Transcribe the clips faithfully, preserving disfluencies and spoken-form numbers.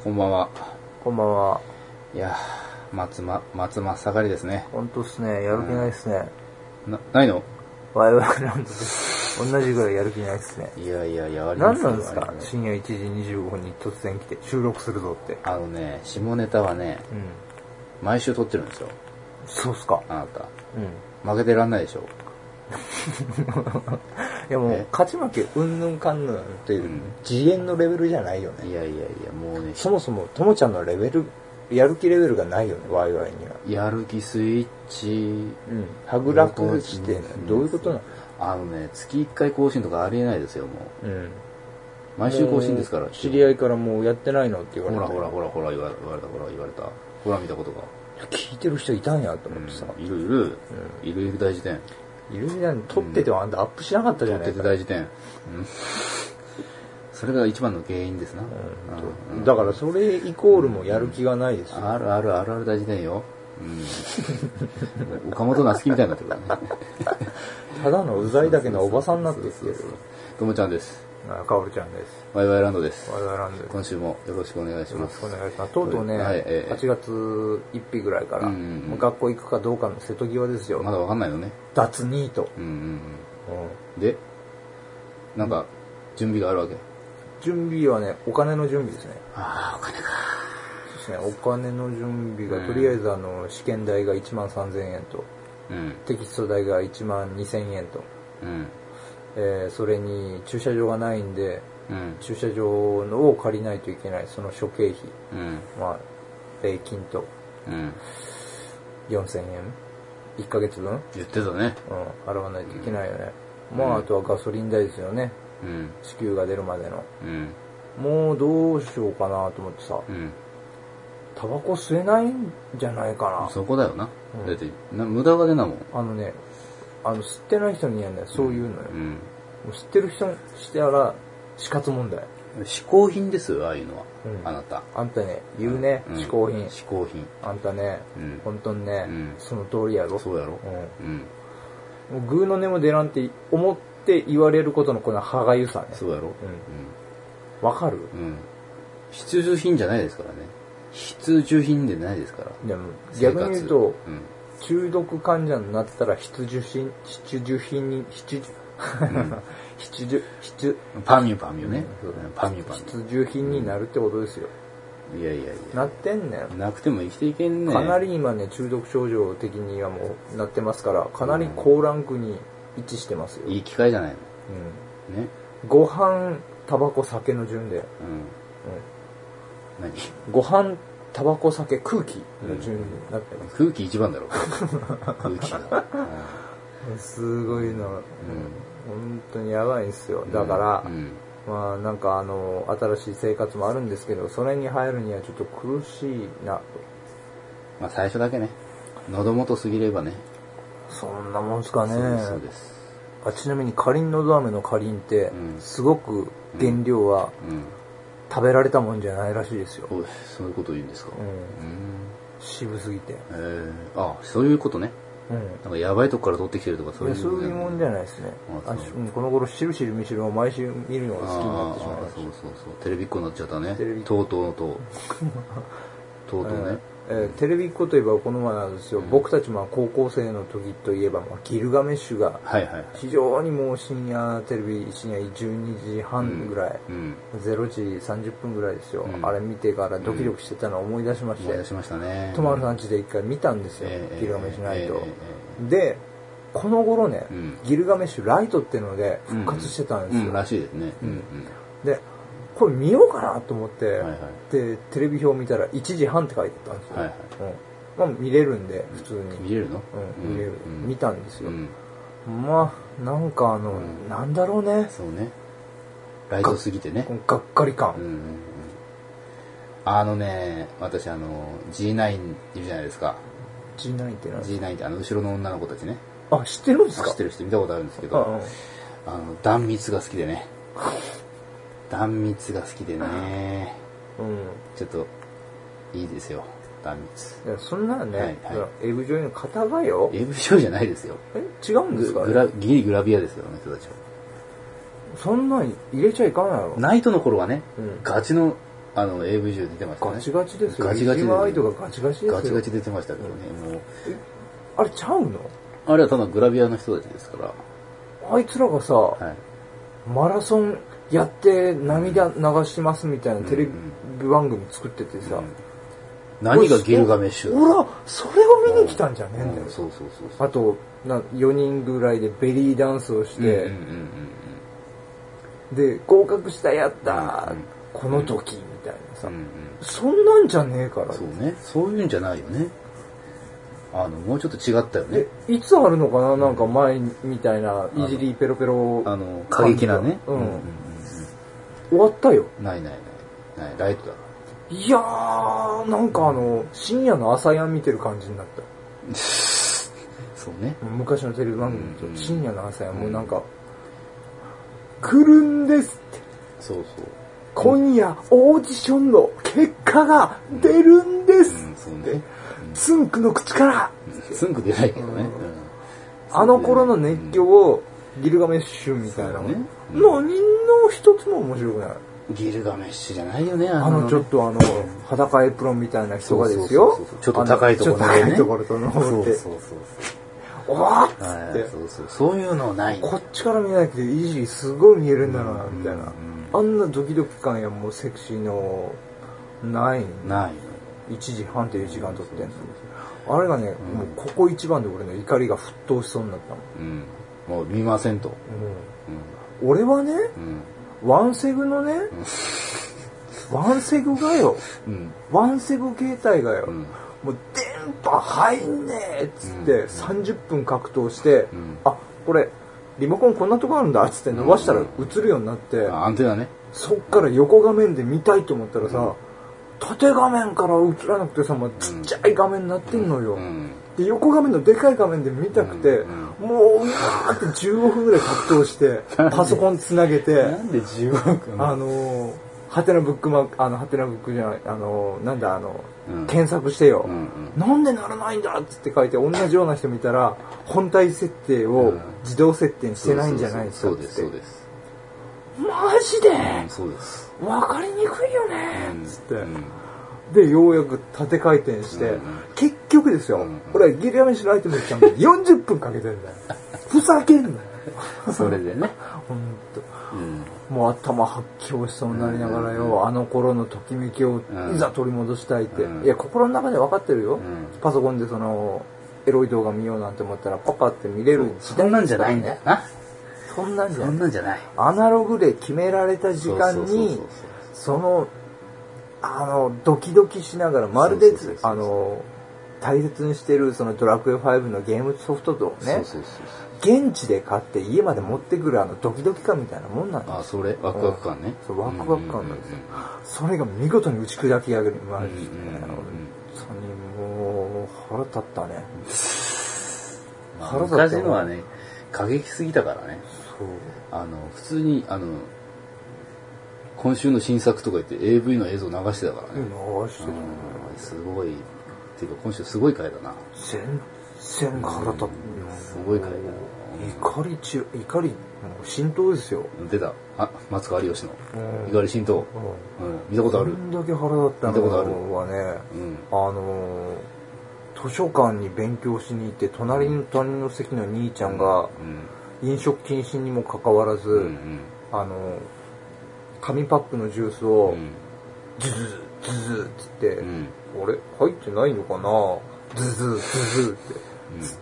こんばんは。 こんばんは。 いやー、松ま、松真っ盛りですね。 ほんとっすね、やる気ないっすね。 な、ないの？ ワイワイランドです。同じぐらいやる気ないっすね。 いやいやいや、ありますよ。 何なんですか？深夜いちじにじゅうごふんに突然来て収録するぞって。 あのね、下ネタはね、 うん。 毎週撮ってるんですよ。 そうっすか。 あなた。 うん。 負けてらんないでしょ。 いやもう、勝ち負けうんぬんかんぬんっていう、次元のレベルじゃないよね。 いやいやいや、もうね、 そもそも、ともちゃんのレベル、やる気レベルがないよね、ワイワイには。 やる気スイッチ。 うん。はぐらくして、どういうことなの？ あのね、月いっかい更新とかありえないですよ、もう。 うん。 毎週更新ですから。 知り合いからもうやってないのって言われた。 ほらほらほらほら言われた、ほら言われた。ほら見たことが。 聞いてる人いたんやと思ってさ。 うん、いるいる、うん、いるいる大事典。 いるいる撮っててはあんたアップしなかったじゃないか。 撮ってて大事典。うん。それが一番の原因ですな。 うんうん、だからそれイコールもやる気がないですよ。 うん、あるあるあるある大事典よ。うん。岡本夏樹みたいになってるからね。 ただのうざいだけのおばさんになってきてる。 ともちゃんです。 かおるちゃんです。 ワイワイランドです。 ワイワイランドです。 今週もよろしくお願いします。 よろしくお願いします。とうとうね、はいえー、はちがつついたちぐらいから、うんうんうん、学校行くかどうかの瀬戸際ですよ。 まだわかんないのね。 脱ニート。 うんうんうんうん、で、なんか、準備があるわけ？ 準備はね、お金の準備ですね。 ああ、お金か。 そうですね、お金の準備が、うん、とりあえずあの、試験代がいちまんさんぜんえんと、うん、テキスト代がいちまんにせんえんと、うんえー、それに駐車場がないんで、うん、駐車場のを借りないといけないその諸経費、うん、まあ礼金と、うん、よんせんえんいっかげつぶん言ってたね、 うん、払わないといけないよね、うん、まああとはガソリン代ですよね、うん、支給が出るまでの、うん、もうどうしようかなと思ってさ、うん、タバコ吸えないんじゃないかな。 そこだよな、うん、だってな無駄が出なもん。 あのねあの吸ってない人にはねそういうのよ、うん、もう吸ってる人にしてたら死活問題。 嗜好品ですよ、ああいうのは、うん、あなたあんたね言うね、うん、嗜好品嗜好品あんたね、うん、本当にね、うん、その通りやろ。 そうやろ、 うん、うん、もうグーの音も出らんって思って言われることのこの歯がゆさね。 そうやろ、 うん、わかる、 うん、必需品じゃないですからね。必需品でないですから。 でも逆に言うと、うん中毒患者になったら必需品、必需品に、必需、必需、必需。 パミュパミュね。うん、パミュパミュ。 必需品になるってことですよ。 いやいやいや。 なってんねん。 なくても生きていけんねん。 かなり今ね、中毒症状的にはもうなってますから、かなり高ランクに位置してますよ。 いい機会じゃないの。うん。ね。 ご飯、タバコ、酒の順で。うん。うん。 何？ ご飯、タバコ、酒、空気の順になってます、 うん、空気一番だろ空気が、 うん、すごいの、うん、本当にやばいんですよ。だから、うん、まあなんかあの新しい生活もあるんですけど、それに入るにはちょっと苦しいなと。 まあ最初だけね、喉元過ぎればね。 そんなもんすかね。 そうですそうです。 あ、ちなみにかりんのど飴のかりんって、うん、すごく原料は、うんうん食べられたもんじゃないらしいですよ。 そういうこと言うんですか。うん。うん渋すぎて。 えー、あ、そういうことね。うん。なんかやばいとこから取ってきてるとかそういう。 そういうもんじゃないですね。ああこの頃しるしるみしるを毎週見るのが好きになってしまいました。 そうそうそう。テレビっ子になっちゃったね。テレビとうとうと。とうとうね。 えー、テレビっ子といえばこの前なんですよ、うん、僕たちまあ高校生の時といえば、まあ、ギルガメッシュが非常にもう深夜テレビ深夜じゅうにじはんぐらい、うんうん、れいじさんじゅっぷんぐらいですよ、うん、あれ見てからドキドキしてたのを思い出しまして、 思い出しましたね。 とまるさん家で一回見たんですよ、えー、ギルガメッシュナイト、えー、でこの頃ね、うん、ギルガメッシュライトっていうので復活してたんですよ、 うんうん、らしいですね、うんうん、 でこれ見ようかなと思って、はいはい、でテレビ表見たらいちじはんって書いてたんですよ、はいはいうんまあ、見れるんで普通に見れるの、 うん、見れる、うん、見たんですよ、うん、まあなんかあの、うん、なんだろうねそうねライトすぎてねがっかり感、うんうんうん、 あのね私あの ジーナイン いるじゃないですか。 ジーナイン って何ですか？ ジーナイン ってあの後ろの女の子たちね。 あ知ってるんですか？ 知ってる人見たことあるんですけど、うんうん、あの断蜜が好きでね断蜜が好きでね、うん、ちょっといいですよ断蜜。 いやそんなのね、はいはい、エーブイ 女優の方がよエーブイ 女優じゃないですよ。 え違うんですか？ グラギリグラビアですよあの人たちは。 そんなん入れちゃいかんやろ。 ナイトの頃はね、うん、ガチのあの エーブイ 中出てましたね。 ガチガチですよ。 ガチガチでワイドがガチガチですよ。 ガチガチ出てましたけどね、もう。 あれちゃうの？ あれはただグラビアの人たちですから。 あいつらがさ、はい、マラソンやって涙流しますみたいなテレビ番組作っててさ、うんうん、 何がギルガメッシュだ。 ほら、それを見に来たんじゃねえんだよ。 うん、そうそうそうそう。 あとなよにんぐらいでベリーダンスをして、うんうんうんうん、で合格したやったー、うんうん、この時みたいなさ、うんうん、そんなんじゃねえから。 そうね、そういうんじゃないよね。あのもうちょっと違ったよね。 いつあるのかな、なんか前みたいないじりペロペロ、 あの過激なね、 うんうんうんうん、終わったよ。 ないないないない、ライトだ。 いやー、なんかあの深夜の朝やん見てる感じになった。 そうね。 昔のテレビ番組と深夜の朝やん、もうなんか来るんですって。 そうそう。 今夜オーディションの結果が出るんですって。うんうん、そうね。つんくの口からつんく出ないけどね、うん、 あの頃の熱狂をギルガメッシュみたいな、ね、うん、何の一つも面白くない。 ギルガメッシュじゃないよね、 あの、あのちょっとあの裸エプロンみたいな人がですよ、 そうそうそうそう、ちょっと高いところでね、 高いところと登って、そうそうそう、わーっつって、 そうそう、そういうのない。 こっちから見ないけどイージーすごい見えるんだなみたいな、あんなドキドキ感やもうセクシーのないないいちじはんという時間撮ってんの。あれがね、うん、もうここ一番で俺の怒りが沸騰しそうになったもん。うん。もう見ませんと。 うん、俺はね、うん、ワンセグのね、うん、ワンセグがよ、うん、ワンセグ携帯がよ、うん、もう電波入んねえっつってさんじゅっぷん格闘して、うん、あ、これリモコンこんなとこあるんだっつって伸ばしたら映るようになって、うん、 アンテナね。 そっから横画面で見たいと思ったらさ、うん、縦画面から映らなくてさ、まあ、ちっちゃい画面になってんのよ、うん、で横画面のでかい画面で見たくて、うん、もううわーってじゅうごふんぐらい格闘してパソコンつなげてなんでじゅうごふんあのーハテナブックマーク、あのハテナブックじゃない、あのーなんだあの、うん、検索してよ、うんうん、なんでならないんだっつって書いて同じような人見たら本体設定を自動設定してないんじゃないですかって。 そうですそうです。 マジで、 うん、そうです。 分かりにくいよねっつって、うん、でようやく縦回転して、うん、結局ですよ、うん、俺はギルガメッシュのアイテムちゃんとよんじゅっぷんかけてんだよふざけんなよそれでねほんと、うん、もう頭発狂しそうになりながらよ、うんうん、あの頃のときめきをいざ取り戻したいって、うん、いや心の中で分かってるよ、うん、パソコンでそのエロい動画見ようなんて思ったらパパって見れる時代なんじゃないんだよな。 そんなんじゃない。 そんなんじゃない。 アナログで決められた時間にそのあのドキドキしながらまるであの大切にしてるそのドラクエファイブのゲームソフトとね、現地で買って家まで持ってくるあのドキドキ感みたいなもんなんですよ。 あ、それワクワク感ね。 そうワクワク感なんですよ。それが見事に打ち砕き上げるマジで、ね。本当にもう腹立ったね。 腹立った。昔のはね過激すぎたからね。そう。あの普通にあの今週の新作とか言って エーブイ の映像流してたからね。 流してたね。 すごい。っていうか今週すごい回だな。 全然腹立った。 すごい回だな。 怒りち怒り浸透ですよ。 出た。あ、松川有吉の怒り浸透。うん。見たことある。 こんだけ腹立ったのはね、あの図書館に勉強しに行って隣の隣の席の兄ちゃんが飲食禁止にもかかわらず、あの紙パックのジュースをズズズズっつって、あれ入ってないのかな、ズズズズってつって、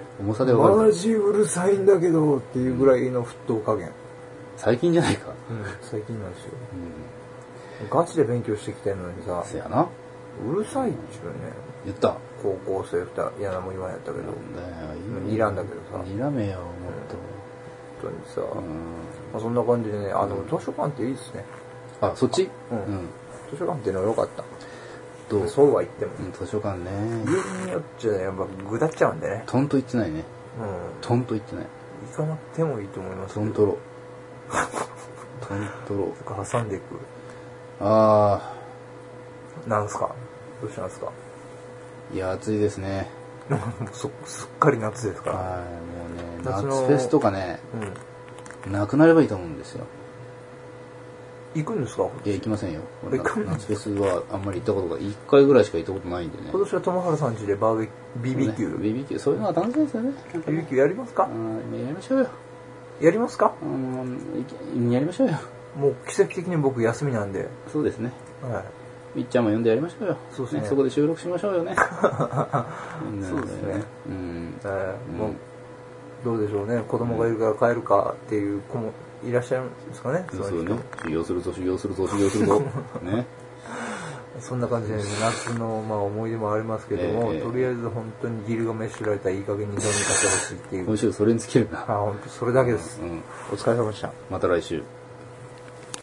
重さで分かる。 マジうるさいんだけどっていうぐらいの沸騰加減。 最近じゃないか。 うん、最近なんですよ。ガチで勉強してきてるのにさ、 せやな。 うるさいっちゅうね。 言った。 高校生ふたり、いや何も言わんやったけど。いらんだけどさ。 にらめよ、もっと。本当にさ、まあ、そんな感じでね、あの、図書館っていいですね。 あ、そっち？ うん。図書館ってのは良かった。 どう？ そうは言っても。 図書館ね。 家によっちゃね、やっぱぐだっちゃうんでね。 トンと言ってないね。うん。トンと言ってない。 行かなくてもいいと思いますトントロ。トントロ。 とか挟んでいく。 ああ。なんすか？どうしたんですか？ いや、暑いですね。 そすっかり夏ですから。 はい、もうね、夏フェスとかね、うん、なくなればいいと思うんですよ。 行くんですか？ いや、行きませんよ。夏フェスはあんまり行ったことが、いっかいぐらいしか行ったことないんでね。 今年は友原さん家でバーベビービーキュー、 ね、ビービーキュー、そういうのは楽しいですよね。 ビービーキューやりますか？ やりましょうよ。 やりますか？ うん、やりましょうよ。 もう奇跡的に僕休みなんで。 そうですね。 はい。 みっちゃんも呼んでやりましょうよ。 そうですね。 ね、そこで収録しましょうよね。 そうですね。うん。えー、もうどうでしょうね。子供がいるから帰るかっていう子もいらっしゃるんですかね。 そうですね。修行するぞ、修行するぞ、修行するぞ。ね。 そんな感じで夏のまあ思い出もありますけども、えー、とりあえず本当にギルガメッシュライターいい加減にどうにかしてほしいっていう。 今週それに尽きるな。 あ、本当それだけです。うん。お疲れ様でした。 また来週。